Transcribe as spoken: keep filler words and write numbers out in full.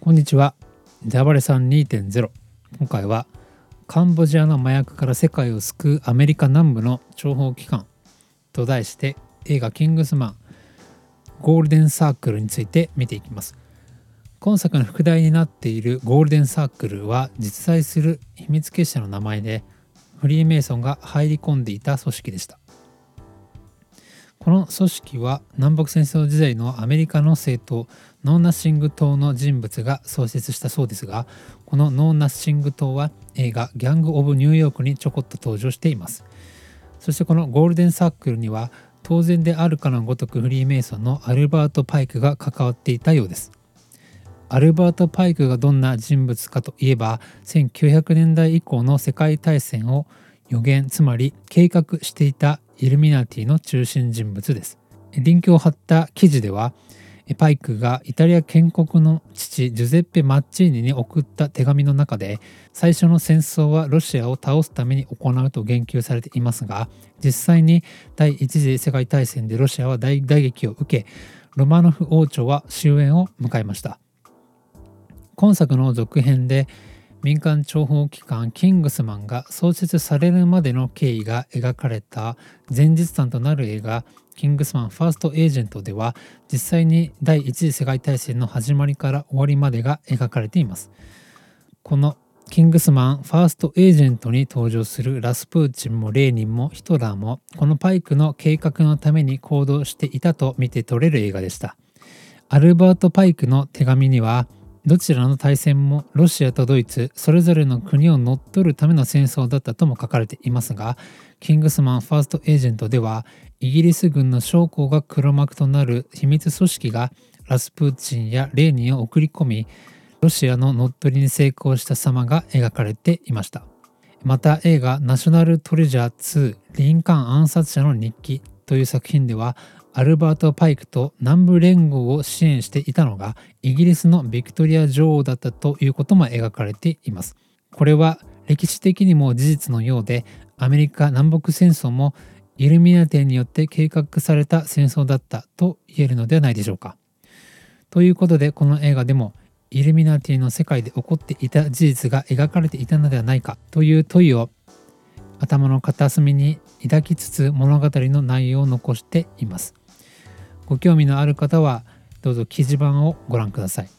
こんにちは。ジャバレさん にてんゼロ。今回はカンボジアの麻薬から世界を救うアメリカ南部の諜報機関と題して映画キングスマンゴールデンサークルについて見ていきます。今作の副題になっているゴールデンサークルは実在する秘密結社の名前で、フリーメイソンが入り込んでいた組織でした。この組織は南北戦争時代のアメリカの政党ノーナッシング党の人物が創設したそうですが、このノーナッシング党は映画ギャング・オブ・ニューヨークにちょこっと登場しています。そしてこのゴールデンサークルには当然であるかのごとくフリーメイソンのアルバート・パイクが関わっていたようです。アルバート・パイクがどんな人物かといえば、せんきゅうひゃくねんだい以降の世界大戦を予言、つまり計画していたイルミナティの中心人物です。リンクを貼った記事では、パイクがイタリア建国の父ジュゼッペ・マッチーニに送った手紙の中で、最初の戦争はロシアを倒すために行うと言及されていますが、実際に第一次世界大戦でロシアは大打撃を受け、ロマノフ王朝は終焉を迎えました。今作の続編で民間諜報機関キングスマンが創設されるまでの経緯が描かれた前日譚となる映画キングスマンファーストエージェントでは、実際に第一次世界大戦の始まりから終わりまでが描かれています。このキングスマンファーストエージェントに登場するラスプーチンもレーニンもヒトラーもこのパイクの計画のために行動していたと見て取れる映画でした。アルバート・パイクの手紙には、どちらの大戦もロシアとドイツそれぞれの国を乗っ取るための戦争だったとも書かれていますが、キングスマンファーストエージェントではイギリス軍の将校が黒幕となる秘密組織がラスプーチンやレーニンを送り込み、ロシアの乗っ取りに成功した様が描かれていました。また映画ナショナルトレジャーツーリンカーン暗殺者の日記という作品では、アルバート・パイクと南部連合を支援していたのがイギリスのビクトリア女王だったということも描かれています。これは歴史的にも事実のようで、アメリカ南北戦争もイルミナティによって計画された戦争だったと言えるのではないでしょうか。ということで、この映画でもイルミナティの世界で起こっていた事実が描かれていたのではないかという問いを頭の片隅に抱きつつ物語の内容を残しています。ご興味のある方はどうぞ記事版をご覧ください。